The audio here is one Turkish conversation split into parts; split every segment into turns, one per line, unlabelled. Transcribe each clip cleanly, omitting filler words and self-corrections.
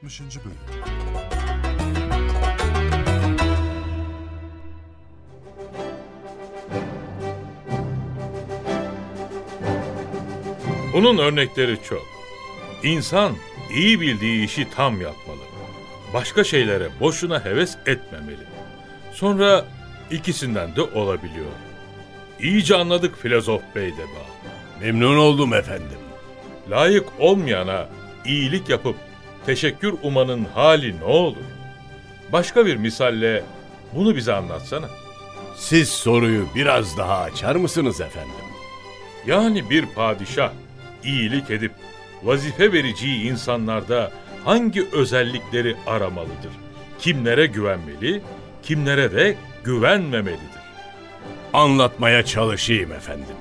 60. Bölüm.
Bunun örnekleri çok. İnsan iyi bildiği işi tam yapmalı. Başka şeylere boşuna heves etmemeli. Sonra ikisinden de olabiliyor. İyice anladık filozof Beydeba.
Memnun oldum efendim.
Layık olmayana iyilik yapıp teşekkür umanın hali ne olur? Başka bir misalle bunu bize anlatsana.
Siz soruyu biraz daha açar mısınız efendim?
Yani bir padişah iyilik edip vazife vereceği insanlarda hangi özellikleri aramalıdır? Kimlere güvenmeli, kimlere de güvenmemelidir?
Anlatmaya çalışayım efendim.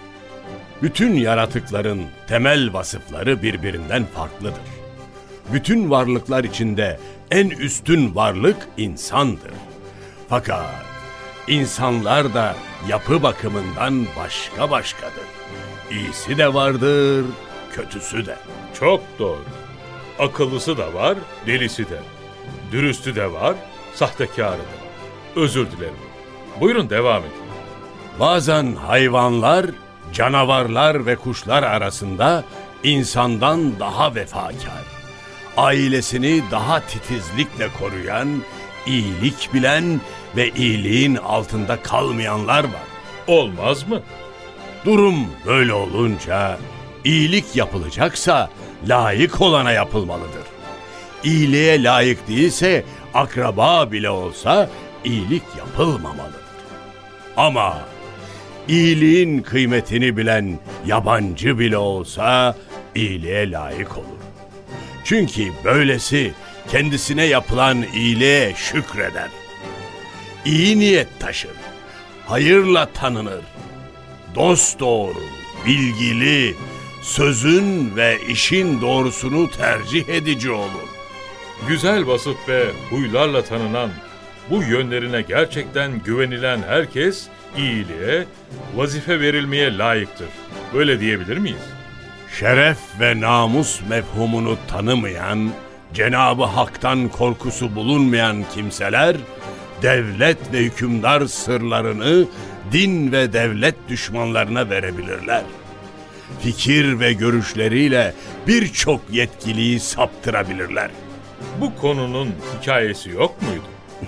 Bütün yaratıkların temel vasıfları birbirinden farklıdır. Bütün varlıklar içinde en üstün varlık insandır. Fakat insanlar da yapı bakımından başkadır. İyisi de vardır, kötüsü de.
Çok doğru. Akıllısı da var, delisi de. Dürüstü de var, sahtekarı da. Özür dilerim. Buyurun devam edin.
Bazen hayvanlar, canavarlar ve kuşlar arasında insandan daha vefakar, ailesini daha titizlikle koruyan, iyilik bilen ve iyiliğin altında kalmayanlar var.
Olmaz mı?
Durum böyle olunca iyilik yapılacaksa layık olana yapılmalıdır. İyiliğe layık değilse akraba bile olsa iyilik yapılmamalıdır. Ama iyiliğin kıymetini bilen yabancı bile olsa iyiliğe layık olur. Çünkü böylesi kendisine yapılan iyiliğe şükreder. İyi niyet taşır, hayırla tanınır. Dosdoğru, bilgili, sözün ve işin doğrusunu tercih edici olur.
Güzel vasıf ve huylarla tanınan, bu yönlerine gerçekten güvenilen herkes iyiliğe, vazife verilmeye layıktır. Böyle diyebilir miyiz?
Şeref ve namus mefhumunu tanımayan, Cenab-ı Hak'tan korkusu bulunmayan kimseler, devlet ve hükümdar sırlarını din ve devlet düşmanlarına verebilirler. Fikir ve görüşleriyle birçok yetkiliyi saptırabilirler.
Bu konunun hikayesi yok muydu?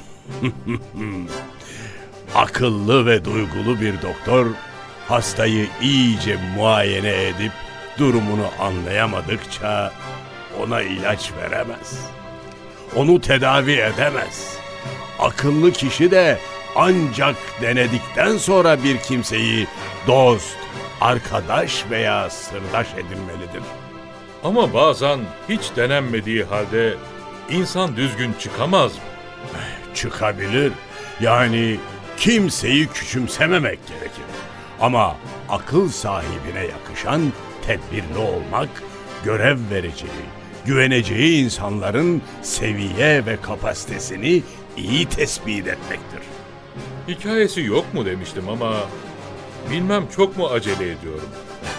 Akıllı ve duygulu bir doktor hastayı iyice muayene edip durumunu anlayamadıkça ona ilaç veremez. Onu tedavi edemez. Akıllı kişi de ancak denedikten sonra bir kimseyi dost, arkadaş veya sırdaş edinmelidir.
Ama bazen hiç denenmediği halde insan düzgün çıkamaz mı?
Çıkabilir. Yani kimseyi küçümsememek gerekir. Ama akıl sahibine yakışan tedbirli olmak, görev vereceği, güveneceği insanların seviye ve kapasitesini iyi tespit etmektir.
Hikayesi yok mu demiştim ama bilmem çok mu acele ediyorum?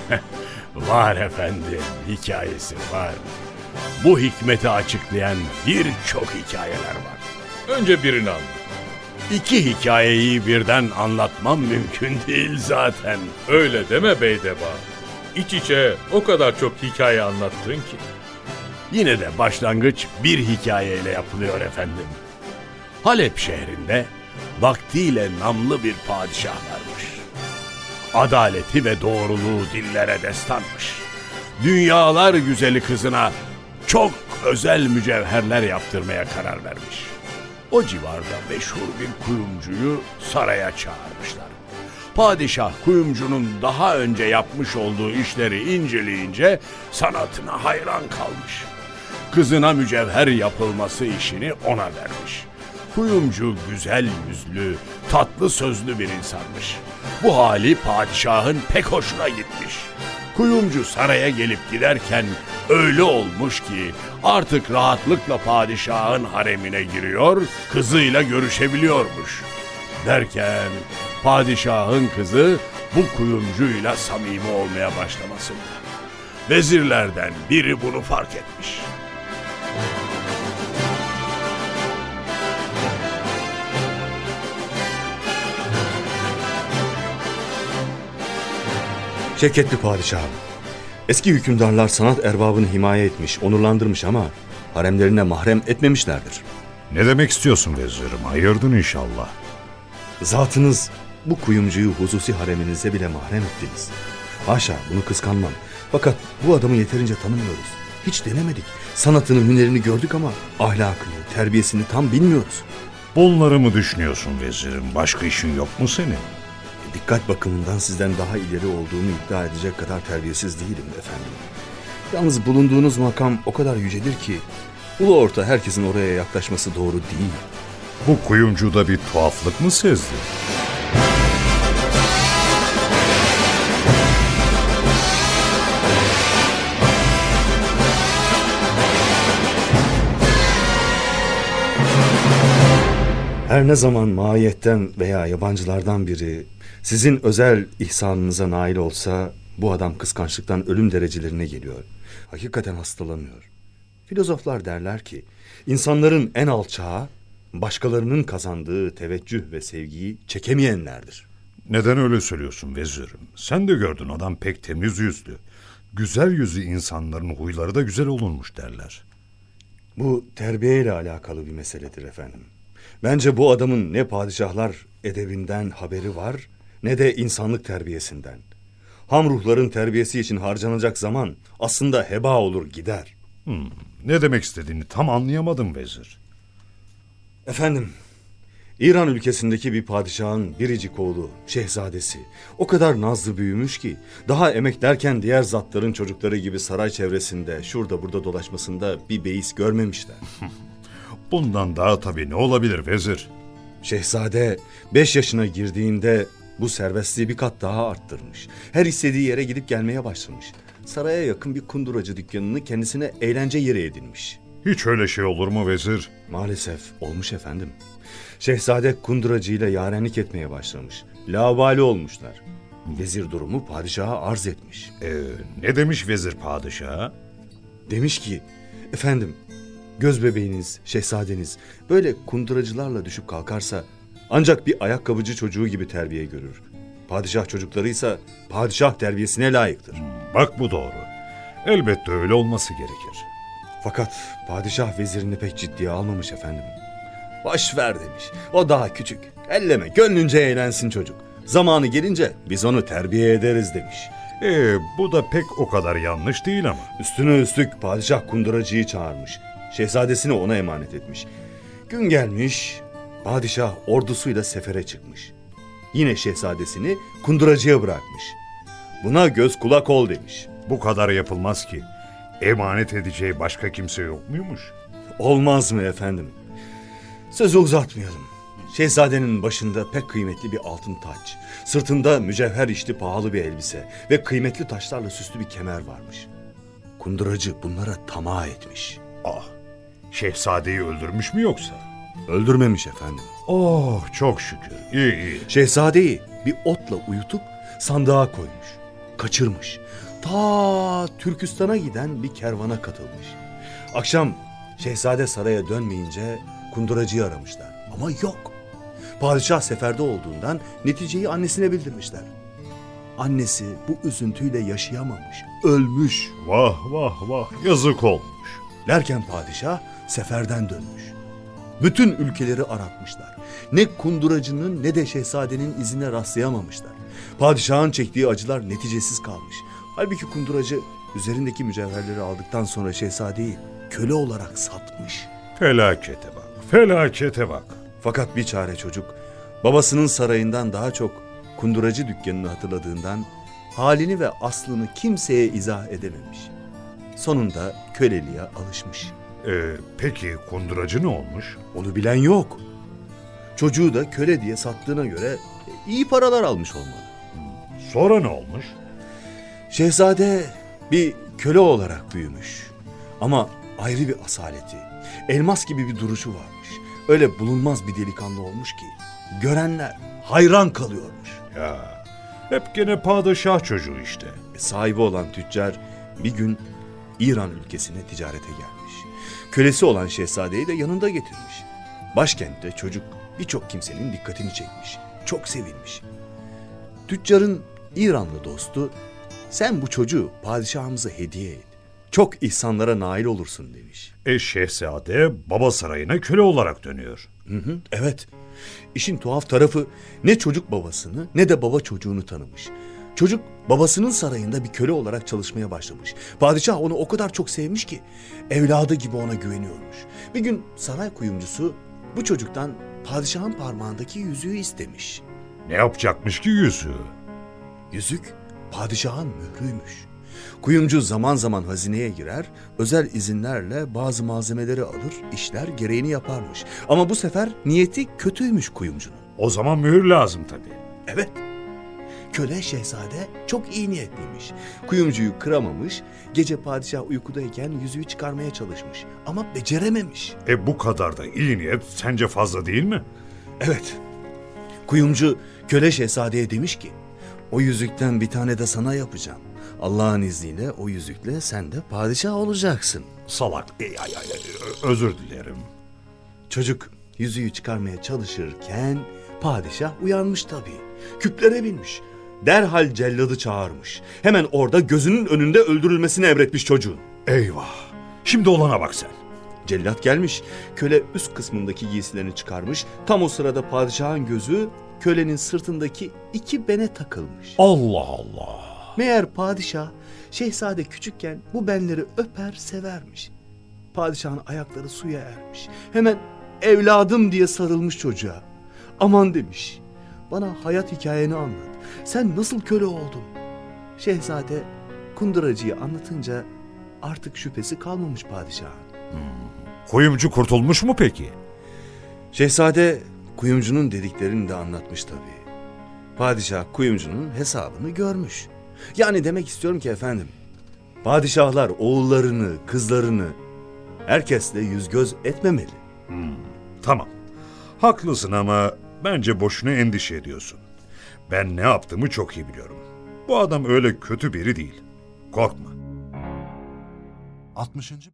Var efendim, hikayesi var. Bu hikmeti açıklayan birçok hikayeler var.
Önce birini anlat.
İki hikayeyi birden anlatmam mümkün değil zaten.
Öyle deme Beydeba. İç içe o kadar çok hikaye anlattın ki.
Yine de başlangıç bir hikayeyle yapılıyor efendim. Halep şehrinde vaktiyle namlı bir padişah varmış. Adaleti ve doğruluğu dillere destanmış. Dünyalar güzeli kızına çok özel mücevherler yaptırmaya karar vermiş. O civarda meşhur bir kuyumcuyu saraya çağırmışlar. Padişah kuyumcunun daha önce yapmış olduğu işleri inceleyince sanatına hayran kalmış. Kızına mücevher yapılması işini ona vermiş. Kuyumcu güzel yüzlü, tatlı sözlü bir insanmış. Bu hali padişahın pek hoşuna gitmiş. Kuyumcu saraya gelip giderken öyle olmuş ki artık rahatlıkla padişahın haremine giriyor, kızıyla görüşebiliyormuş. Derken padişahın kızı bu kuyumcuyla samimi olmaya başlamasın. Vezirlerden biri bunu fark etmiş.
Şevketli padişahım, eski hükümdarlar sanat erbabını himaye etmiş, onurlandırmış ama haremlerine mahrem etmemişlerdir.
Ne demek istiyorsun vezirim? Hayırdır inşallah.
Zatınız bu kuyumcuyu hususi hareminize bile mahrem ettiniz. Haşa, bunu kıskanmam. Fakat bu adamı yeterince tanımıyoruz. Hiç denemedik. Sanatını, hünerini gördük ama ahlakını, terbiyesini tam bilmiyoruz.
Bunları mı düşünüyorsun vezirim? Başka işin yok mu senin?
Dikkat bakımından sizden daha ileri olduğumu iddia edecek kadar terbiyesiz değilim efendim. Yalnız bulunduğunuz makam o kadar yücedir ki ulu orta herkesin oraya yaklaşması doğru değil.
Bu kuyumcuda bir tuhaflık mı sezdin?
Her ne zaman maiyetten veya yabancılardan biri sizin özel ihsanınıza nail olsa bu adam kıskançlıktan ölüm derecelerine geliyor. Hakikaten hastalanıyor. Filozoflar derler ki insanların en alçağı başkalarının kazandığı teveccüh ve sevgiyi çekemeyenlerdir.
Neden öyle söylüyorsun vezirim? Sen de gördün, adam pek temiz yüzlü. Güzel yüzlü insanların huyları da güzel olurmuş derler.
Bu terbiyeyle alakalı bir meseledir efendim. Bence bu adamın ne padişahlar edebinden haberi var ne de insanlık terbiyesinden. Ham ruhların terbiyesi için harcanacak zaman aslında heba olur gider.
Ne demek istediğini tam anlayamadım vezir.
Efendim, İran ülkesindeki bir padişahın biricik oğlu, şehzadesi o kadar nazlı büyümüş ki daha emeklerken diğer zatların çocukları gibi saray çevresinde şurada burada dolaşmasında bir beis görmemişler.
Bundan daha tabii ne olabilir vezir?
Şehzade 5 yaşına girdiğinde bu serbestliği bir kat daha arttırmış. Her istediği yere gidip gelmeye başlamış. Saraya yakın bir kunduracı dükkanını kendisine eğlence yeri edinmiş.
Hiç öyle şey olur mu vezir?
Maalesef olmuş efendim. Şehzade kunduracıyla yarenlik etmeye başlamış. Laubali olmuşlar. Vezir durumu padişaha arz etmiş.
Ne demiş vezir padişaha?
Demiş ki, efendim göz bebeğiniz, şehzadeniz böyle kunduracılarla düşüp kalkarsa ancak bir ayakkabıcı çocuğu gibi terbiye görür. Padişah çocuklarıysa padişah terbiyesine layıktır.
Bak bu doğru. Elbette öyle olması gerekir.
Fakat padişah vezirini pek ciddiye almamış efendim. Boş ver demiş. O daha küçük. Elleme, gönlünce eğlensin çocuk. Zamanı gelince biz onu terbiye ederiz demiş.
Bu da pek o kadar yanlış değil ama.
Üstüne üstlük padişah kunduracıyı çağırmış. Şehzadesini ona emanet etmiş. Gün gelmiş, padişah ordusuyla sefere çıkmış. Yine şehzadesini kunduracıya bırakmış. Buna göz kulak ol demiş.
Bu kadar yapılmaz ki. Emanet edeceği başka kimse yok muymuş?
Olmaz mı efendim? Sözü uzatmayalım. Şehzadenin başında pek kıymetli bir altın taç, sırtında mücevher işli pahalı bir elbise ve kıymetli taşlarla süslü bir kemer varmış. Kunduracı bunlara tamah etmiş.
Şehzadeyi öldürmüş mü yoksa?
Öldürmemiş efendim.
Oh, çok şükür. İyi.
Şehzadeyi bir otla uyutup sandığa koymuş. Kaçırmış. Ta Türkistan'a giden bir kervana katılmış. Akşam şehzade saraya dönmeyince kunduracıyı aramışlar. Ama yok. Padişah seferde olduğundan neticeyi annesine bildirmişler. Annesi bu üzüntüyle yaşayamamış. Ölmüş.
Vah vah vah, yazık olmuş.
Derken padişah seferden dönmüş. Bütün ülkeleri aratmışlar. Ne kunduracının ne de şehzadenin izine rastlayamamışlar. Padişahın çektiği acılar neticesiz kalmış. Halbuki kunduracı üzerindeki mücevherleri aldıktan sonra şehzadeyi köle olarak satmış.
Felakete bak, felakete bak.
Fakat bir çare çocuk babasının sarayından daha çok kunduracı dükkanını hatırladığından halini ve aslını kimseye izah edememiş. Sonunda köleliğe alışmış.
Peki kunduracı ne olmuş?
Onu bilen yok. Çocuğu da köle diye sattığına göre iyi paralar almış olmalı.
Sonra ne olmuş?
Şehzade bir köle olarak büyümüş. Ama ayrı bir asaleti, elmas gibi bir duruşu varmış. Öyle bulunmaz bir delikanlı olmuş ki görenler hayran kalıyormuş.
Ya, hep gene padişah çocuğu işte.
Sahibi olan tüccar bir gün İran ülkesine ticarete gelmiş. Kölesi olan şehzadeyi de yanında getirmiş. Başkentte çocuk birçok kimsenin dikkatini çekmiş. Çok sevilmiş. Tüccarın İranlı dostu Sen bu çocuğu padişahımıza hediye et. Çok ihsanlara nail olursun demiş.
Şehzade baba sarayına köle olarak dönüyor.
Evet. İşin tuhaf tarafı ne çocuk babasını ne de baba çocuğunu tanımış. Çocuk babasının sarayında bir köle olarak çalışmaya başlamış. Padişah onu o kadar çok sevmiş ki evladı gibi ona güveniyormuş. Bir gün saray kuyumcusu bu çocuktan padişahın parmağındaki yüzüğü istemiş.
Ne yapacakmış ki yüzüğü?
Yüzük padişahın mührüymüş. Kuyumcu zaman zaman hazineye girer, özel izinlerle bazı malzemeleri alır, işler gereğini yaparmış. Ama bu sefer niyeti kötüymüş kuyumcunun.
O zaman mühür lazım tabii.
Evet. Köle şehzade çok iyi niyetliymiş. Kuyumcuyu kıramamış, gece padişah uykudayken yüzüğü çıkarmaya çalışmış. Ama becerememiş.
Bu kadar da iyi niyet sence fazla değil mi?
Evet. Kuyumcu köle şehzadeye demiş ki, o yüzükten bir tane de sana yapacağım. Allah'ın izniyle o yüzükle sen de padişah olacaksın.
Salak. Özür dilerim.
Çocuk yüzüğü çıkarmaya çalışırken padişah uyanmış tabii. Küplere binmiş. Derhal celladı çağırmış. Hemen orada gözünün önünde öldürülmesini emretmiş çocuğun.
Eyvah. Şimdi olana bak sen.
Cellat gelmiş. Köle üst kısmındaki giysilerini çıkarmış. Tam o sırada padişahın gözü kölenin sırtındaki 2 bene takılmış.
Allah Allah.
Meğer padişah şehzade küçükken bu benleri öper severmiş. Padişahın ayakları suya ermiş. Hemen evladım diye sarılmış çocuğa. Aman demiş, bana hayat hikayeni anlat. Sen nasıl köle oldun? Şehzade kunduracıyı anlatınca artık şüphesi kalmamış padişahın.
Kuyumcu kurtulmuş mu peki?
Şehzade kuyumcunun dediklerini de anlatmış tabii. Padişah kuyumcunun hesabını görmüş. Yani demek istiyorum ki efendim, padişahlar oğullarını, kızlarını herkesle yüz göz etmemeli.
Tamam. Haklısın ama bence boşuna endişe ediyorsun. Ben ne yaptığımı çok iyi biliyorum. Bu adam öyle kötü biri değil. Korkma.
60.